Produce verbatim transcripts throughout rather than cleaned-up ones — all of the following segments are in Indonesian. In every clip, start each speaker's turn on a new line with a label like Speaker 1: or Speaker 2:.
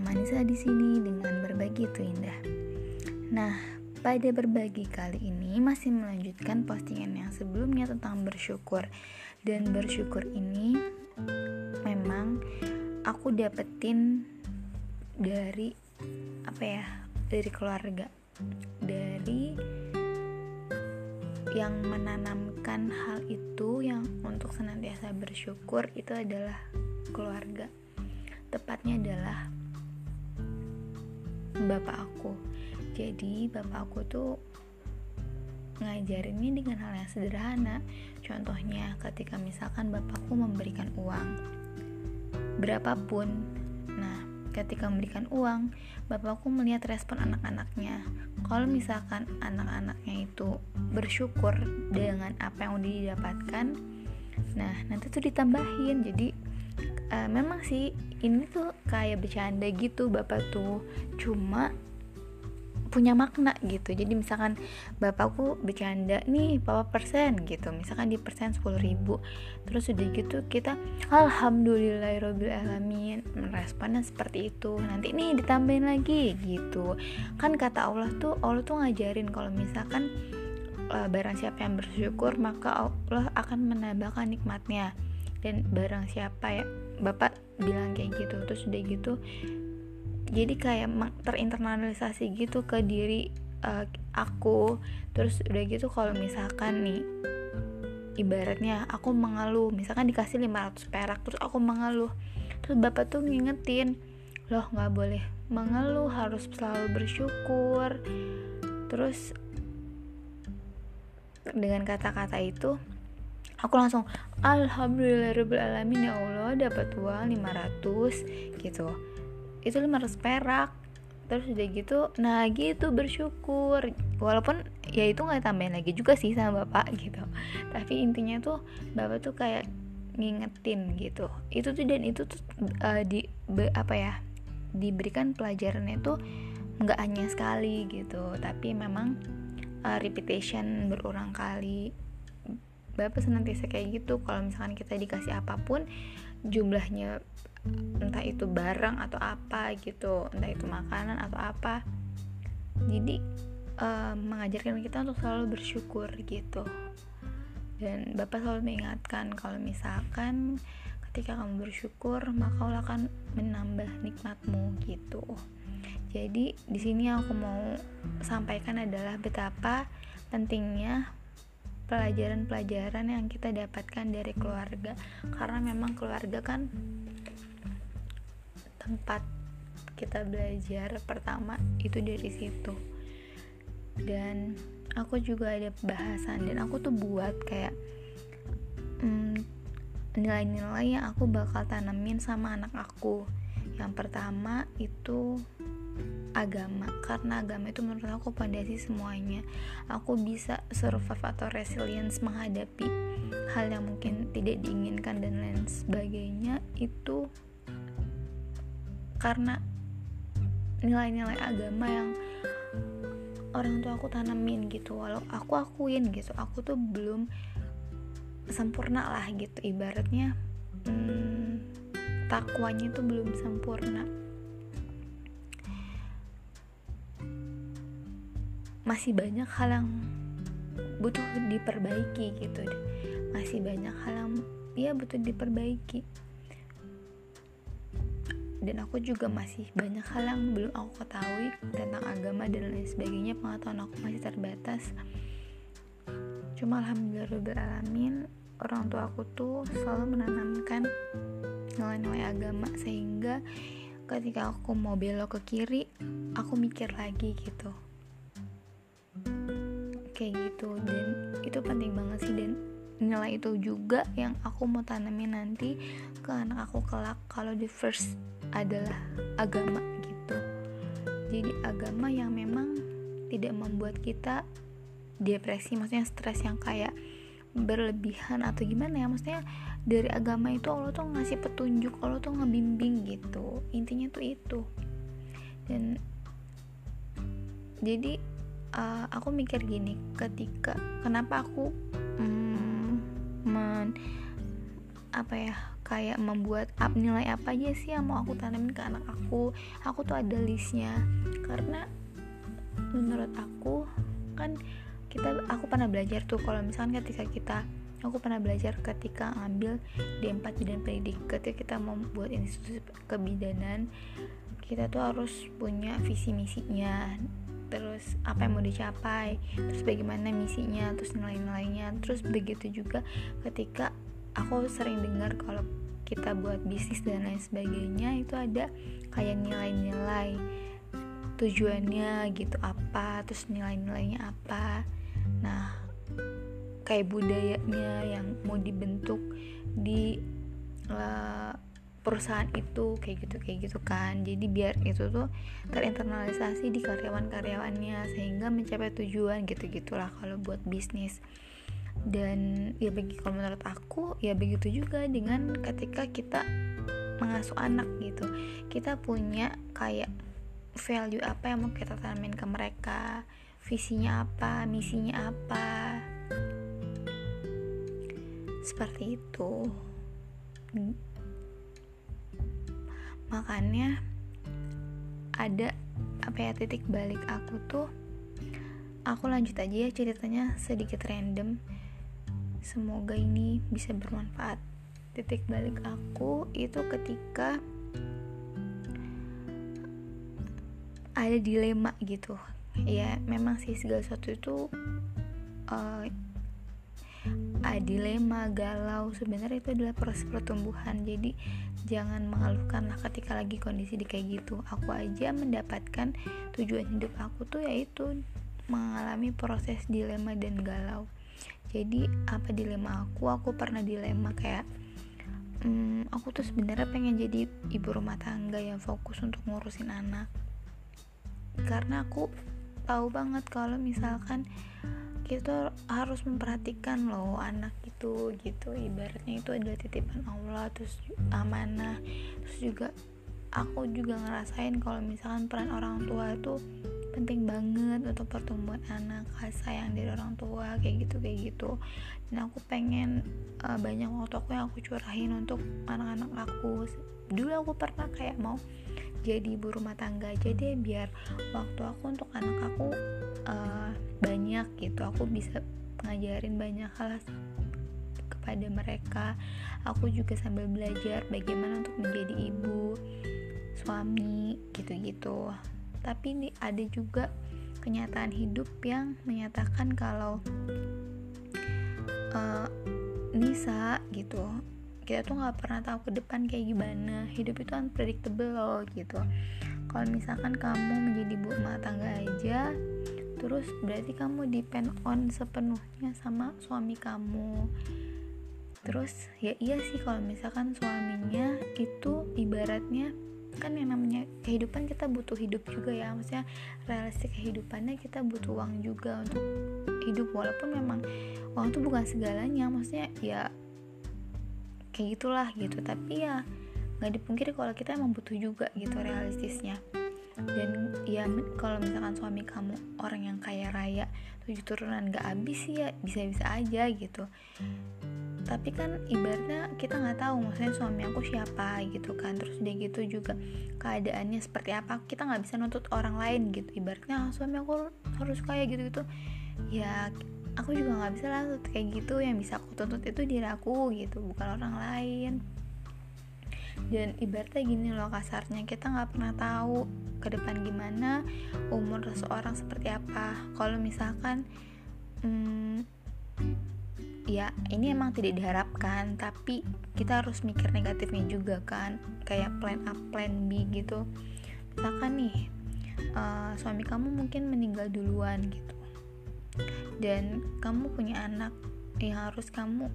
Speaker 1: bersama Nisa di sini dengan berbagi itu indah. Nah, pada berbagi kali ini masih melanjutkan postingan yang sebelumnya tentang bersyukur. Dan bersyukur ini memang aku dapetin dari apa ya? Dari keluarga. Dari yang menanamkan hal itu, yang untuk senantiasa bersyukur itu adalah keluarga. Tepatnya adalah bapak aku. Jadi bapak aku tuh ngajarinnya dengan hal yang sederhana. Contohnya ketika misalkan bapakku memberikan uang berapapun, nah ketika memberikan uang, bapakku melihat respon anak-anaknya. Kalau misalkan anak-anaknya itu bersyukur dengan apa yang udah didapatkan, nah nanti tuh ditambahin. Jadi Uh, memang sih ini tuh kayak bercanda gitu bapak tuh, cuma punya makna gitu. Jadi misalkan bapakku bercanda nih berapa persen gitu, misalkan di persen sepuluh ribu, terus udah gitu kita alhamdulillahirobbilalamin meresponnya seperti itu. Nanti nih ditambahin lagi gitu kan. Kata Allah tuh, Allah tuh ngajarin kalau misalkan uh, barang siapa yang bersyukur maka Allah akan menambahkan nikmatnya. Dan barang siapa ya, bapak bilang kayak gitu. Terus udah gitu jadi kayak terinternalisasi gitu ke diri uh, aku. Terus udah gitu kalau misalkan nih ibaratnya aku mengeluh, misalkan dikasih lima ratus perak terus aku mengeluh, terus bapak tuh ngingetin, loh gak boleh mengeluh, harus selalu bersyukur. Terus dengan kata-kata itu aku langsung alhamdulillahirobbilalamin, ya Allah dapat uang lima ratus gitu. Itu lima ratus perak. Terus udah gitu, nah gitu bersyukur. Walaupun ya itu enggak tambahin lagi juga sih sama bapak gitu. Tapi intinya tuh bapak tuh kayak ngingetin gitu. Itu tuh dan itu tuh uh, di be, apa ya? diberikan pelajarannya tuh enggak hanya sekali gitu, tapi memang uh, repetition berulang kali. Bapak senantiasa kayak gitu. Kalau misalkan kita dikasih apapun, jumlahnya entah itu barang atau apa gitu, entah itu makanan atau apa, jadi uh, mengajarkan kita untuk selalu bersyukur gitu. Dan bapak selalu mengingatkan kalau misalkan ketika kamu bersyukur maka Allah akan menambah nikmatmu gitu. Jadi di sini aku mau sampaikan adalah betapa pentingnya pelajaran-pelajaran yang kita dapatkan dari keluarga, karena memang keluarga kan tempat kita belajar pertama itu dari situ. Dan aku juga ada bahasan dan aku tuh buat kayak hmm, nilai-nilai yang aku bakal tanamin sama anak aku. Yang pertama itu agama, karena agama itu menurut aku fondasi semuanya. Aku bisa survive atau resilience menghadapi hal yang mungkin tidak diinginkan dan lain sebagainya itu karena nilai-nilai agama yang orang tua aku tanamin gitu. Walau aku akuin gitu, aku tuh belum sempurna lah gitu, ibaratnya hmm, takwanya tuh belum sempurna, masih banyak hal yang butuh diperbaiki gitu deh. Masih banyak hal yang ya butuh diperbaiki. Dan aku juga masih banyak hal yang belum aku ketahui tentang agama dan lain sebagainya. Pengetahuan aku masih terbatas. Cuma alhamdulillahirobbilalamin, orang tua aku tuh selalu menanamkan nilai-nilai agama, sehingga ketika aku mau belok ke kiri, aku mikir lagi gitu. Kayak gitu. Dan itu penting banget sih. Dan nilai itu juga yang aku mau tanamin nanti ke anak aku kelak, kalau di first adalah agama gitu. Jadi agama yang memang tidak membuat kita depresi, maksudnya stres yang kayak berlebihan atau gimana ya. Maksudnya dari agama itu Allah tuh ngasih petunjuk, Allah tuh ngebimbing gitu. Intinya tuh itu. Dan jadi uh, aku mikir gini, ketika kenapa aku mm, men apa ya kayak membuat up nilai apa aja sih yang mau aku tanamin ke anak aku. Aku tuh ada listnya, karena menurut aku kan kita aku pernah belajar tuh kalau misalkan ketika kita aku pernah belajar ketika ngambil D empat Bidan Pendidik, ketika kita mau buat institusi kebidanan, kita tuh harus punya visi misinya, terus apa yang mau dicapai, terus bagaimana misinya, terus nilai-nilainya. Terus begitu juga ketika aku sering dengar kalau kita buat bisnis dan lain sebagainya, itu ada kayak nilai-nilai tujuannya gitu apa, terus nilai-nilainya apa. Nah, kayak budayanya yang mau dibentuk di uh, perusahaan itu kayak gitu kayak gitu kan. Jadi biar itu tuh terinternalisasi di karyawan-karyawannya sehingga mencapai tujuan gitu-gitulah kalau buat bisnis. Dan ya bagi kalau menurut aku ya begitu juga dengan ketika kita mengasuh anak gitu. Kita punya kayak value apa yang mau kita tanamin ke mereka, visinya apa, misinya apa, seperti itu. Makanya ada apa ya titik balik aku tuh, aku lanjut aja ya ceritanya sedikit random, semoga ini bisa bermanfaat. Titik balik aku itu ketika ada dilema gitu ya. Memang sih segala sesuatu itu uh, ada dilema, galau, sebenarnya itu adalah proses pertumbuhan. Jadi jangan mengeluhkan lah ketika lagi kondisi di kayak gitu. Aku aja mendapatkan tujuan hidup aku tuh yaitu mengalami proses dilema dan galau. Jadi apa dilema aku? Aku pernah dilema kayak hmm, aku tuh sebenarnya pengen jadi ibu rumah tangga yang fokus untuk ngurusin anak, karena aku tahu banget kalau misalkan kita harus memperhatikan loh anak itu gitu, ibaratnya itu adalah titipan Allah, terus amanah. Terus juga aku juga ngerasain kalau misalkan peran orang tua itu penting banget untuk pertumbuhan anak, kasih sayang dari orang tua kayak gitu kayak gitu. Dan aku pengen uh, banyak waktu aku yang aku curahin untuk anak-anak aku. Dulu aku pernah kayak mau jadi ibu rumah tangga aja deh, biar waktu aku untuk anak aku uh, banyak gitu, aku bisa ngajarin banyak hal kepada mereka. Aku juga sambil belajar bagaimana untuk menjadi ibu, suami gitu-gitu. Tapi ini ada juga kenyataan hidup yang menyatakan kalau uh, Nisa gitu, kita tuh nggak pernah tahu ke depan kayak gimana. Hidup itu unpredictable loh gitu. Kalau misalkan kamu menjadi ibu rumah tangga aja, terus berarti kamu depend on sepenuhnya sama suami kamu. Terus ya iya sih kalau misalkan suaminya itu ibaratnya kan yang namanya kehidupan, kita butuh hidup juga ya, maksudnya realistik kehidupannya kita butuh uang juga untuk hidup, walaupun memang uang itu bukan segalanya, maksudnya ya kayak gitulah gitu. Tapi ya nggak dipungkiri kalau kita emang butuh juga gitu realistisnya. Dan ya kalau misalkan suami kamu orang yang kaya raya, tujuh turunan nggak habis sih ya bisa-bisa aja gitu. Tapi kan ibaratnya kita nggak tahu maksudnya suami aku siapa gitu kan. Terus udah gitu juga keadaannya seperti apa, kita nggak bisa nuntut orang lain gitu. Ibaratnya suami aku harus kaya gitu-gitu, ya aku juga nggak bisa lah kayak gitu. Yang bisa aku tuntut itu diri aku gitu, bukan orang lain. Dan ibaratnya gini loh kasarnya, kita nggak pernah tahu ke depan gimana, umur seseorang seperti apa. Kalau misalkan hmm, ya ini emang tidak diharapkan, tapi kita harus mikir negatifnya juga kan, kayak plan A plan B gitu. Misalkan nih uh, suami kamu mungkin meninggal duluan gitu, dan kamu punya anak yang harus kamu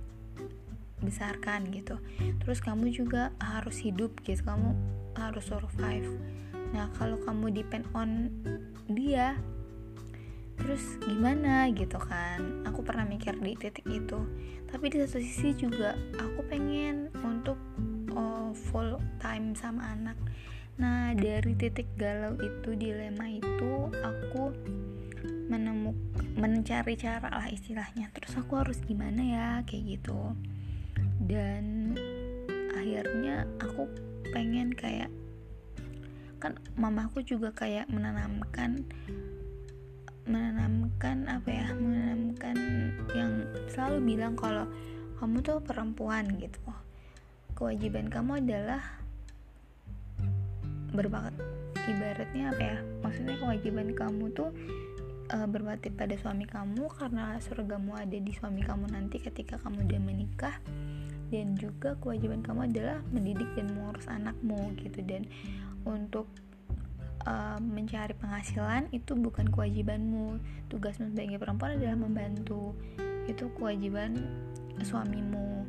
Speaker 1: besarkan gitu. Terus kamu juga harus hidup gitu, kamu harus survive. Nah kalau kamu depend on dia, terus gimana gitu kan. Aku pernah mikir di titik itu. Tapi di satu sisi juga aku pengen untuk oh, full time sama anak. Nah dari titik galau itu, dilema itu, aku menemuk mencari cara lah istilahnya. Terus aku harus gimana ya kayak gitu. Dan akhirnya aku pengen kayak, kan mamaku juga kayak menanamkan menanamkan apa ya menanamkan yang selalu bilang kalau kamu tuh perempuan gitu, kewajiban kamu adalah berbakat, ibaratnya apa ya, maksudnya kewajiban kamu tuh uh, berbakti pada suami kamu karena surgamu ada di suami kamu nanti ketika kamu udah menikah, dan juga kewajiban kamu adalah mendidik dan mengurus anakmu gitu. Dan untuk uh, mencari penghasilan itu bukan kewajibanmu, tugasmu sebagai perempuan adalah membantu, itu kewajiban suamimu.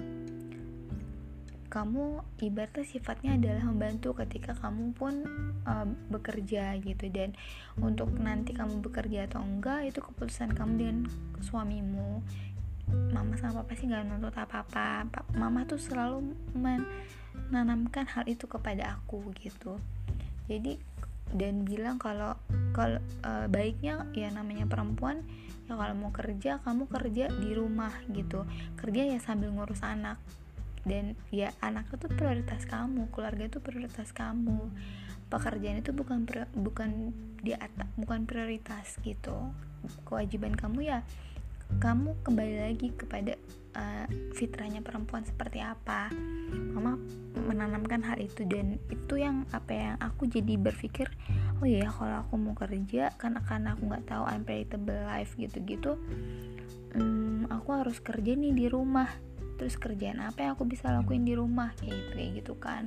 Speaker 1: Kamu ibaratnya sifatnya adalah membantu ketika kamu pun uh, bekerja gitu. Dan untuk nanti kamu bekerja atau enggak itu keputusan kamu dengan suamimu. Mama sama papa sih gak nuntut apa-apa. Mama tuh selalu menanamkan hal itu kepada aku gitu. Jadi dan bilang kalau kalau uh, baiknya ya namanya perempuan ya kalau mau kerja kamu kerja di rumah gitu, kerja ya sambil ngurus anak. Dan ya anak itu prioritas kamu, keluarga itu prioritas kamu, pekerjaan itu bukan bukan di atas, bukan prioritas gitu. Kewajiban kamu ya kamu kembali lagi kepada uh, fitrahnya perempuan seperti apa. Mama menanamkan hal itu, dan itu yang apa yang aku jadi berpikir, oh iya kalau aku mau kerja karena karena aku nggak tahu unpredictable life gitu-gitu, hmm, aku harus kerja nih di rumah. Terus kerjaan apa yang aku bisa lakuin di rumah kayak gitu, kayak gitu kan.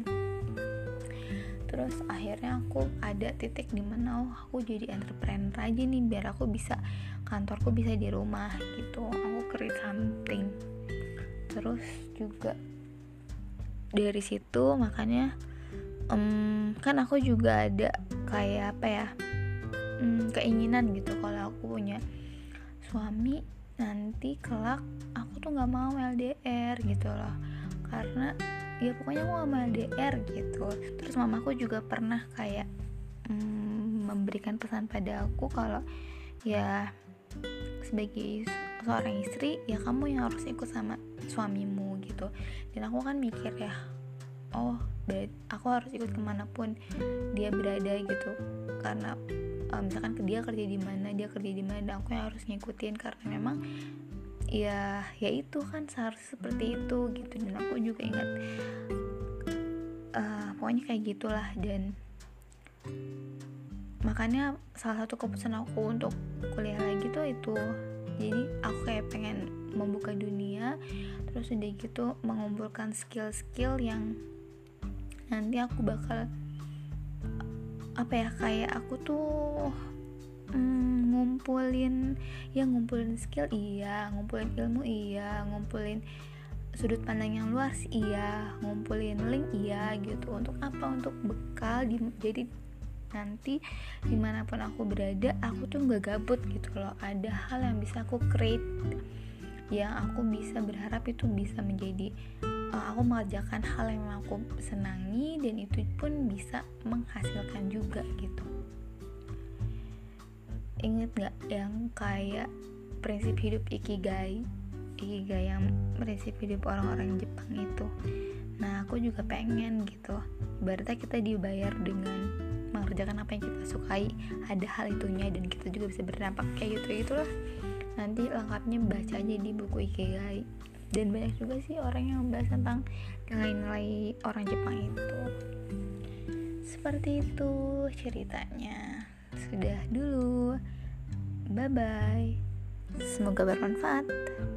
Speaker 1: Terus akhirnya aku ada titik di mana oh, aku jadi entrepreneur aja nih biar aku bisa, kantorku bisa di rumah gitu, aku create something. Terus juga dari situ makanya um, kan aku juga ada kayak apa ya um, keinginan gitu kalau aku punya suami nanti kelak aku tuh nggak mau L D R gitu loh, karena ya pokoknya aku gak mau L D R gitu. Terus mamaku juga pernah kayak mm, memberikan pesan pada aku kalau ya sebagai seorang istri ya kamu yang harus ikut sama suamimu gitu. Dan aku kan mikir ya, oh aku harus ikut kemanapun dia berada gitu, karena uh, misalkan dia kerja di mana dia kerja di mana dan aku yang harus ngikutin karena memang ya ya itu kan seharusnya seperti itu gitu. Dan aku juga ingat uh, pokoknya kayak gitulah. Dan makanya salah satu keputusan aku untuk kuliah lagi tuh itu, jadi aku kayak pengen membuka dunia, terus udah gitu mengumpulkan skill-skill yang nanti aku bakal apa ya kayak aku tuh Hmm, ngumpulin ya ngumpulin skill iya, ngumpulin ilmu iya, ngumpulin sudut pandang yang luas iya, ngumpulin link iya gitu. Untuk apa? Untuk bekal di, jadi nanti dimanapun aku berada aku tuh nggak gabut gitu loh, ada hal yang bisa aku create, yang aku bisa berharap itu bisa menjadi uh, aku mengerjakan hal yang aku senangi dan itu pun bisa menghasilkan juga gitu. Ingat gak yang kayak prinsip hidup Ikigai Ikigai yang prinsip hidup orang-orang Jepang itu. Nah aku juga pengen gitu, ibaratnya kita dibayar dengan mengerjakan apa yang kita sukai, ada hal itunya dan kita juga bisa berdampak kayak gitu-gitulah. Nanti lengkapnya baca aja di buku Ikigai. Dan banyak juga sih orang yang membahas tentang nilai-nilai orang Jepang itu. Seperti itu ceritanya. Sudah dulu. Bye bye. Semoga bermanfaat.